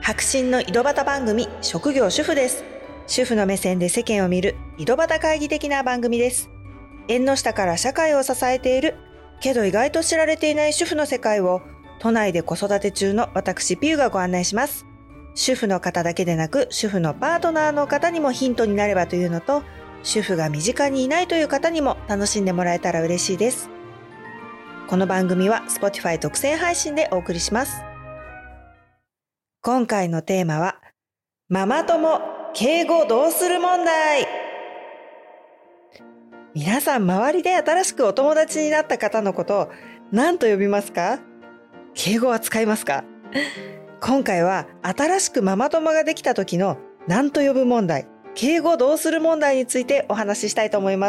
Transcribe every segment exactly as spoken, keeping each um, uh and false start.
白真の井戸端番組、職業主婦です。主婦の目線で世間を見る井戸端会議的な番組です。縁の下から社会を支えているけど意外と知られていない主婦の世界を都内で子育て中の私ピューがご案内します。主婦の方だけでなく主婦のパートナーの方にもヒントになればというのと、主婦が身近にいないという方にも楽しんでもらえたら嬉しいです。この番組は Spotify 独占配信でお送りします。今回のテーマはママ友敬語どうする問題。皆さん周りで新しくお友達になった方のことを何と呼びますか？敬語は使いますか？今回は新しくママ友ができた時の何と呼ぶ問題、敬語どうする問題についてお話ししたいと思います。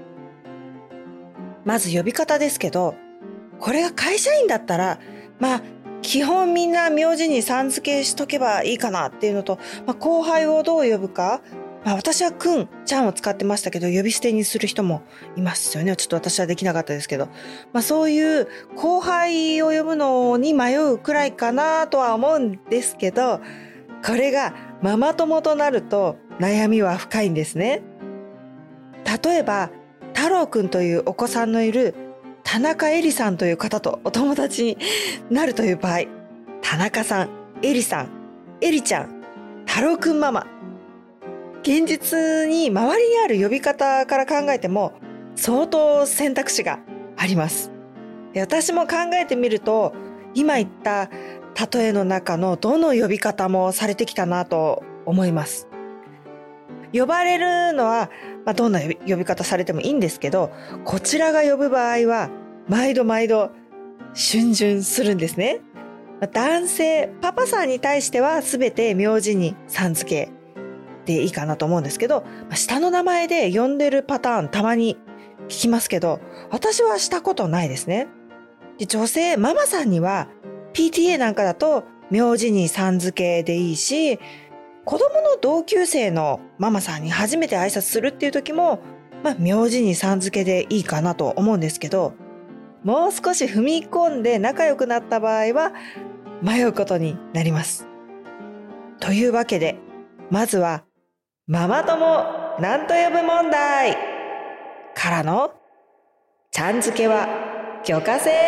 まず呼び方ですけど、これが会社員だったらまあ基本みんな名字にさん付けしとけばいいかなっていうのと、まあ、後輩をどう呼ぶか、まあ、私はくん、ちゃんを使ってましたけど呼び捨てにする人もいますよね。ちょっと私はできなかったですけど、まあ、そういう後輩を呼ぶのに迷うくらいかなとは思うんですけど、これがママ友となると悩みは深いんですね。例えば太郎くんというお子さんのいる田中絵里さんという方とお友達になるという場合、田中さん、絵里さん、絵里ちゃん、太郎くんママ。現実に周りにある呼び方から考えても相当選択肢があります。で、私も考えてみると、今言った例えの中のどの呼び方もされてきたなと思います。呼ばれるのは、まあ、どんな呼び方されてもいいんですけど、こちらが呼ぶ場合は毎度毎度逡巡するんですね。男性パパさんに対しては全て名字にさん付けでいいかなと思うんですけど、下の名前で呼んでるパターンたまに聞きますけど、私はしたことないですね。で、女性ママさんには ピーティーエー なんかだと名字にさん付けでいいし、子供の同級生のママさんに初めて挨拶するっていう時も、まあ、名字にさん付けでいいかなと思うんですけど、もう少し踏み込んで仲良くなった場合は迷うことになります。というわけで、まずはママ友なんと呼ぶ問題からのちゃん付けは許可制。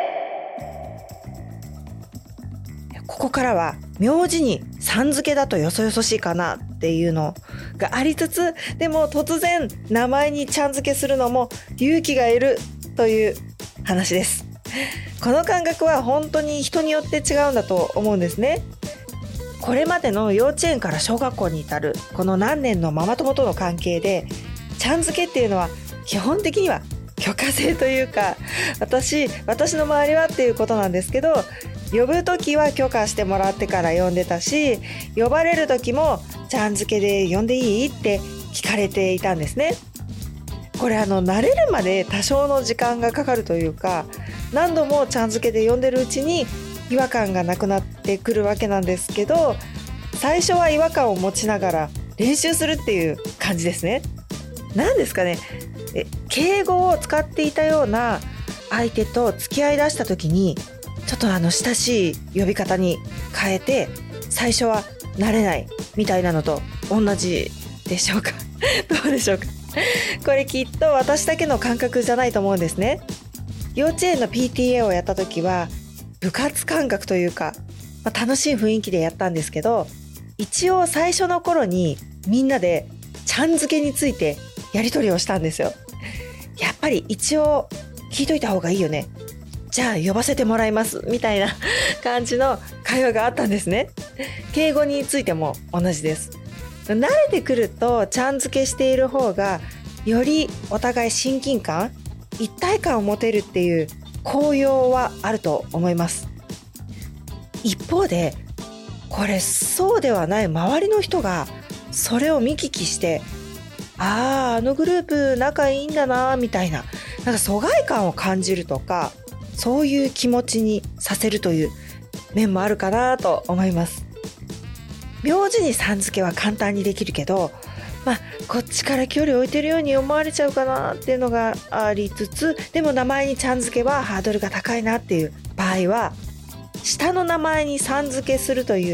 ここからは名字にさん付けだとよそよそしいかなっていうのがありつつ、でも突然名前にちゃん付けするのも勇気がいるという話です。この感覚は本当に人によって違うんだと思うんですね。これまでの幼稚園から小学校に至るこの何年のママ友との関係で、ちゃん付けっていうのは基本的には許可制というか、私私の周りはっていうことなんですけど、呼ぶときは許可してもらってから呼んでたし、呼ばれるときもちゃん付けで呼んでいいって聞かれていたんですね。これあの慣れるまで多少の時間がかかるというか、何度もちゃん付けで呼んでるうちに違和感がなくなってくるわけなんですけど、最初は違和感を持ちながら練習するっていう感じですね。何ですかね、え敬語を使っていたような相手と付き合いだした時にちょっとあの親しい呼び方に変えて最初は慣れないみたいなのと同じでしょうかどうでしょうか。これきっと私だけの感覚じゃないと思うんですね。幼稚園の ピーティーエー をやった時は部活感覚というか、まあ、楽しい雰囲気でやったんですけど、一応最初の頃にみんなでちゃん付けについてやり取りをしたんですよ。やっぱり一応聞いといた方がいいよね、じゃあ呼ばせてもらいますみたいな感じの会話があったんですね。敬語についても同じです。慣れてくるとちゃん付けしている方がよりお互い親近感、一体感を持てるっていう効用はあると思います。一方でこれそうではない周りの人がそれを見聞きして、あああのグループ仲いいんだなみたいな、なんか疎外感を感じるとか、そういう気持ちにさせるという面もあるかなと思います。名字にさん付けは簡単にできるけど、まあこっちから距離を置いてるように思われちゃうかなっていうのがありつつ、でも名前にちゃん付けはハードルが高いなっていう場合は、下の名前にさん付けするという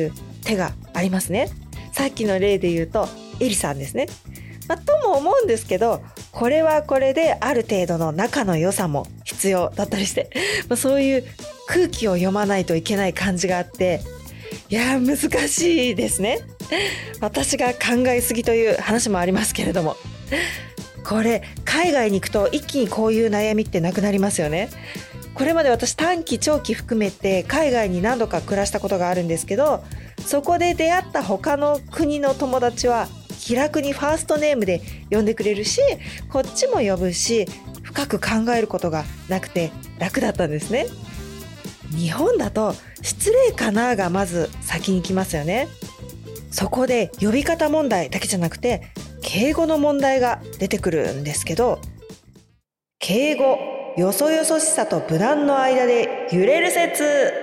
手がありますね。さっきの例で言うとエリさんですね。まあ、とも思うんですけど、これはこれである程度の仲の良さも必要だったりして、まあ、そういう空気を読まないといけない感じがあって、いや難しいですね。私が考えすぎという話もありますけれども、これ海外に行くと一気にこういう悩みってなくなりますよね。これまで私短期長期含めて海外に何度か暮らしたことがあるんですけど、そこで出会った他の国の友達は気楽にファーストネームで呼んでくれるし、こっちも呼ぶし、深く考えることがなくて楽だったんですね。日本だと失礼かながまず先に来ますよね。そこで呼び方問題だけじゃなくて敬語の問題が出てくるんですけど、敬語よそよそしさと無難の間で揺れる説。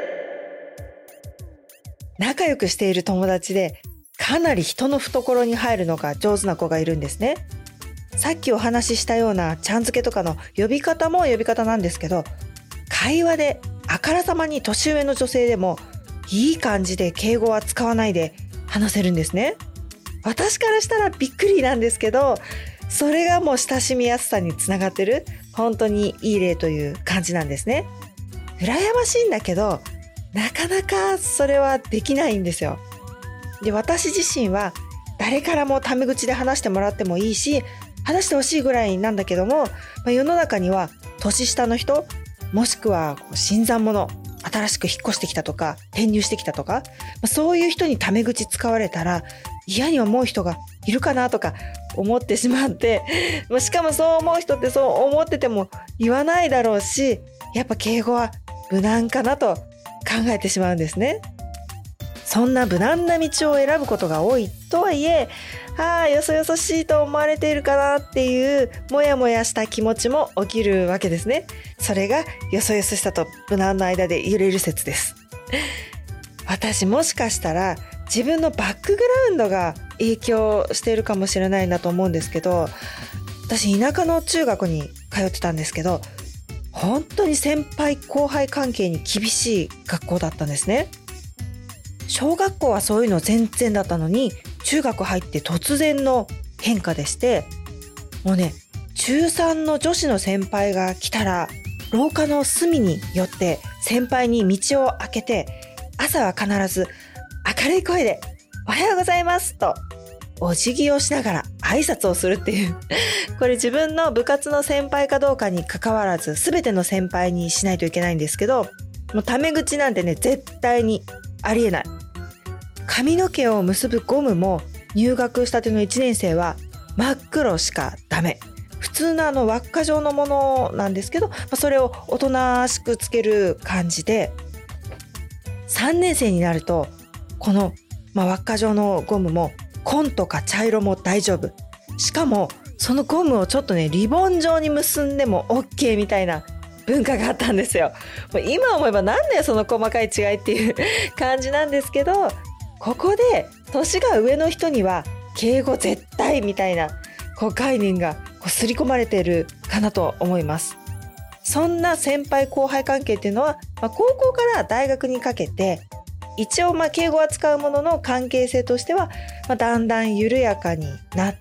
仲良くしている友達でかなり人の懐に入るのが上手な子がいるんですね。さっきお話ししたようなちゃん付けとかの呼び方も呼び方なんですけど、会話であからさまに年上の女性でもいい感じで敬語は使わないで話せるんですね。私からしたらびっくりなんですけど、それがもう親しみやすさにつながってる本当にいい例という感じなんですね。羨ましいんだけどなかなかそれはできないんですよ。で、私自身は誰からもタメ口で話してもらってもいいし、話してほしいぐらいなんだけども、まあ、世の中には年下の人、もしくは新参者、新しく引っ越してきたとか転入してきたとか、まあ、そういう人にタメ口使われたら嫌に思う人がいるかなとか思ってしまって、まあ、しかもそう思う人ってそう思ってても言わないだろうし、やっぱ敬語は無難かなと考えてしまうんですね。そんな無難な道を選ぶことが多いとはいえ、ああよそよそしいと思われているかなっていうモヤモヤした気持ちも起きるわけですね。それがよそよそしさと無難の間で揺れる説です。私もしかしたら自分のバックグラウンドが影響しているかもしれないなと思うんですけど、私田舎の中学に通ってたんですけど、本当に先輩後輩関係に厳しい学校だったんですね。小学校はそういうの全然だったのに、中学入って突然の変化でして、もうね、中さんの女子の先輩が来たら廊下の隅に寄って先輩に道を開けて、朝は必ず明るい声でおはようございますとお辞儀をしながら挨拶をするっていうこれ自分の部活の先輩かどうかに関わらず全ての先輩にしないといけないんですけど、もうタメ口なんてね絶対にありえない。髪の毛を結ぶゴムも入学したてのいちねん生は真っ黒しかダメ。普通のあの輪っか状のものなんですけど、それをおとなしくつける感じで、さんねん生になるとこの、まあ、輪っか状のゴムも紺とか茶色も大丈夫。しかもそのゴムをちょっとねリボン状に結んでも OK みたいな文化があったんですよ。今思えばなんだよその細かい違いっていう感じなんですけど、ここで年が上の人には敬語絶対みたいなこう概念がこう刷り込まれているかなと思います。そんな先輩後輩関係っていうのは、まあ、高校から大学にかけて一応まあ敬語は使うものの関係性としては、まあ、だんだん緩やかになって、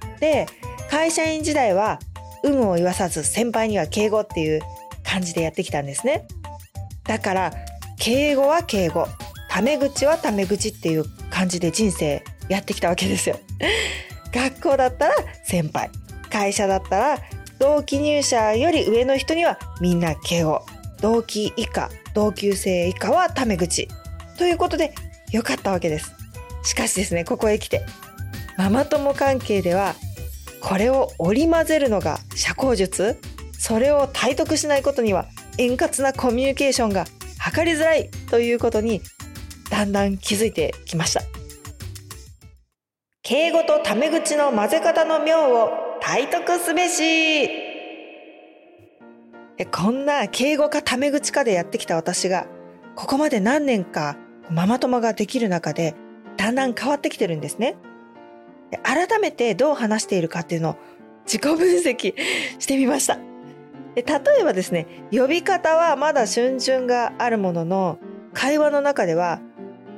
会社員時代は有無を言わさず先輩には敬語っていう感じでやってきたんですね。だから敬語は敬語、タメ口はタメ口っていう感じで人生やってきたわけですよ。学校だったら先輩、会社だったら同期入社より上の人にはみんな敬語、同期以下、同級生以下はタメ口ということでよかったわけです。しかしですね、ここへ来てママ友関係ではこれを織り交ぜるのが社交術、それを体得しないことには円滑なコミュニケーションが図りづらいということにだんだん気づいてきました。敬語とタメ口の混ぜ方の妙を体得すべし。こんな敬語かタメ口かでやってきた私がここまで何年かママ友ができる中でだんだん変わってきてるんですね。改めてどう話しているかっていうのを自己分析してみました。例えばですね、呼び方はまだ逡巡があるものの、会話の中では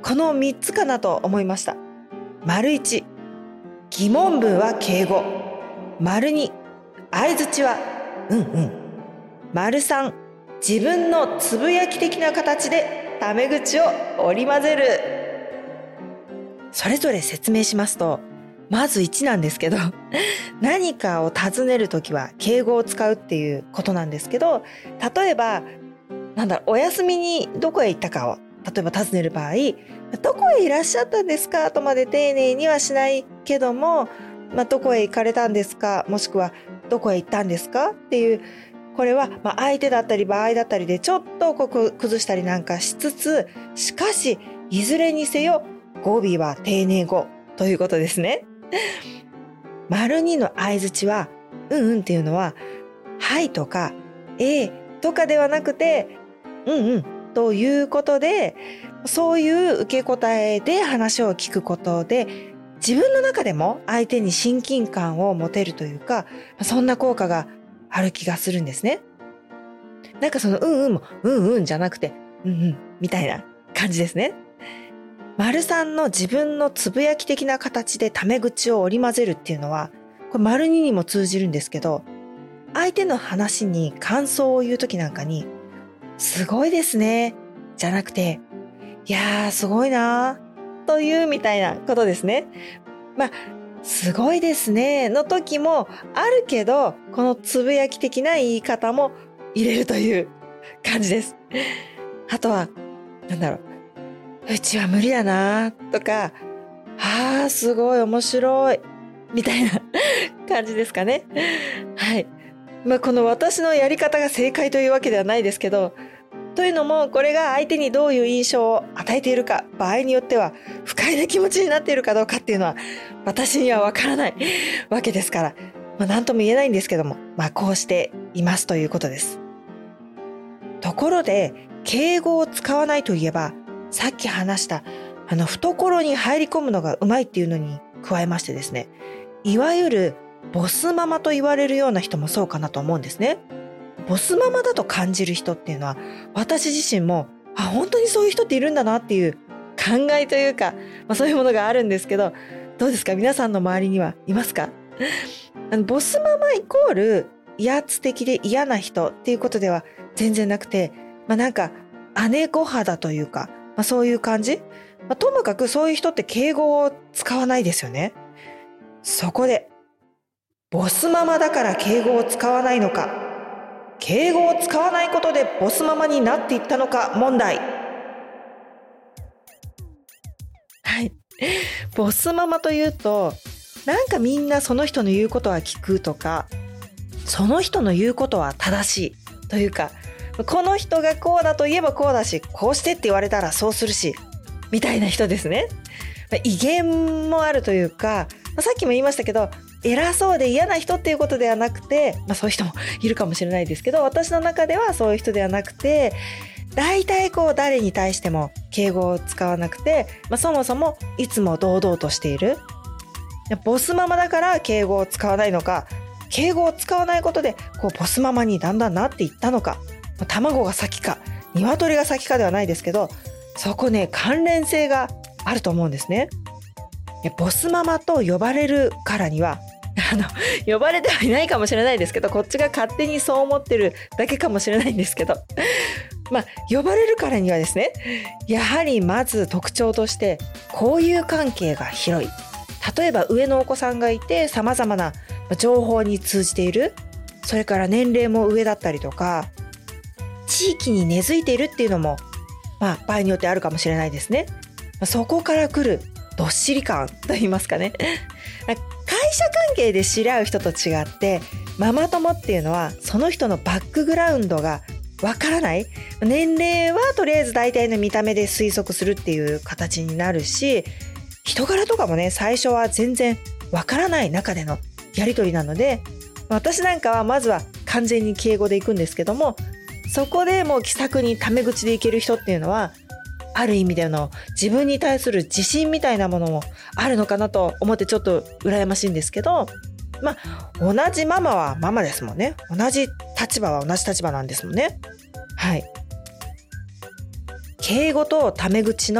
このみっつかなと思いました。丸いち、疑問文は敬語。丸に、相槌はうんうん。丸さん、自分のつぶやき的な形でタメ口を織り交ぜる。それぞれ説明しますと、まずいちなんですけど、何かを尋ねるときは敬語を使うっていうことなんですけど、例えば、なんだろう、お休みにどこへ行ったかを、例えば尋ねる場合、どこへいらっしゃったんですかとまで丁寧にはしないけども、まあ、どこへ行かれたんですか、もしくはどこへ行ったんですかっていう、これはまあ相手だったり場合だったりでちょっとここ崩したりなんかしつつ、しかしいずれにせよ語尾は丁寧語ということですね。丸にの相槌はうんうんっていうのははいとかええとかではなくてうんうんということで、そういう受け答えで話を聞くことで自分の中でも相手に親近感を持てるというか、そんな効果がある気がするんですね。なんかそのうんうんもうんうんじゃなくてうんうんみたいな感じですね。丸さんの自分のつぶやき的な形でタメ口を織り交ぜるっていうのは、これ丸ににも通じるんですけど、相手の話に感想を言うときなんかに、すごいですね、じゃなくて、いやーすごいなーというみたいなことですね。まあ、すごいですねの時もあるけど、このつぶやき的な言い方も入れるという感じです。あとは、なんだろう、うちは無理だなとか、あーすごい面白いみたいな感じですかね。はい。まあこの私のやり方が正解というわけではないですけど、というのもこれが相手にどういう印象を与えているか、場合によっては不快な気持ちになっているかどうかっていうのは私にはわからないわけですから、まあ何とも言えないんですけども、まあこうしていますということです。ところで敬語を使わないといえば、さっき話したあの懐に入り込むのがうまいっていうのに加えましてですね、いわゆるボスママと言われるような人もそうかなと思うんですね。ボスママだと感じる人っていうのは、私自身もあ本当にそういう人っているんだなっていう考えというか、まあ、そういうものがあるんですけど、どうですか、皆さんの周りにはいますか？あのボスママイコール威圧的で嫌な人っていうことでは全然なくて、まあなんか姉御肌というか、まあ、そういう感じ、まあ、ともかくそういう人って敬語を使わないですよね。そこでボスママだから敬語を使わないのか、敬語を使わないことでボスママになっていったのか問題。はい。ボスママというと、なんかみんなその人の言うことは聞くとか、その人の言うことは正しいというか、この人がこうだと言えばこうだし、こうしてって言われたらそうするし、みたいな人ですね。威厳もあるというか、さっきも言いましたけど、偉そうで嫌な人っていうことではなくて、まあそういう人もいるかもしれないですけど、私の中ではそういう人ではなくて、大体こう誰に対しても敬語を使わなくて、まあそもそもいつも堂々としている。ボスママだから敬語を使わないのか、敬語を使わないことでこうボスママにだんだんなっていったのか、卵が先か鶏が先かではないですけど、そこね関連性があると思うんですね。ボスママと呼ばれるからには、あの呼ばれてはいないかもしれないですけど、こっちが勝手にそう思ってるだけかもしれないんですけど、まあ呼ばれるからにはですね、やはりまず特徴として交友関係が広い。例えば上のお子さんがいて様々な情報に通じている、それから年齢も上だったりとか、地域に根付いているっていうのも、まあ、場合によってあるかもしれないですね。そこから来るどっしり感といいますかね。会社関係で知り合う人と違って、ママ友っていうのはその人のバックグラウンドがわからない。年齢はとりあえず大体の見た目で推測するっていう形になるし、人柄とかもね、最初は全然わからない中でのやり取りなので、私なんかはまずは完全に敬語でいくんですけども、そこでもう気さくにタメ口でいける人っていうのは、ある意味での自分に対する自信みたいなものもあるのかなと思って、ちょっと羨ましいんですけど、まあ同じママはママですもんね。同じ立場は同じ立場なんですもんね。はい。敬語とタメ口の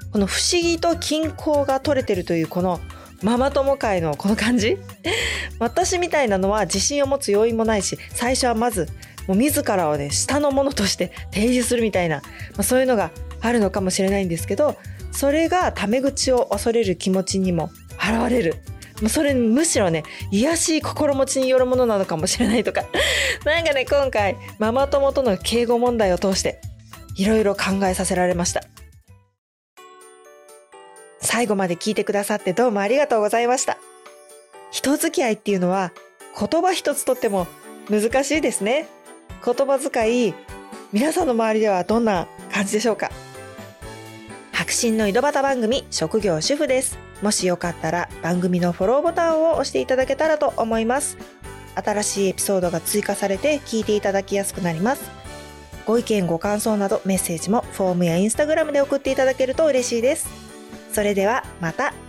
この不思議と均衡が取れてるというこのママ友会のこの感じ私みたいなのは自信を持つ要因もないし、最初はまずもう自らをね下のものとして提示するみたいな、まあ、そういうのがあるのかもしれないんですけど、それがタメ口を恐れる気持ちにも現れる。それむしろね癒やしい心持ちによるものなのかもしれないとかなんかね今回ママ友との敬語問題を通していろいろ考えさせられました。最後まで聞いてくださってどうもありがとうございました。人付き合いっていうのは言葉一つとっても難しいですね。言葉遣い、皆さんの周りではどんな感じでしょうか。白真の井戸端番組、職業主婦です。もしよかったら番組のフォローボタンを押していただけたらと思います。新しいエピソードが追加されて聞いていただきやすくなります。ご意見ご感想などメッセージもフォームやインスタグラムで送っていただけると嬉しいです。それではまた。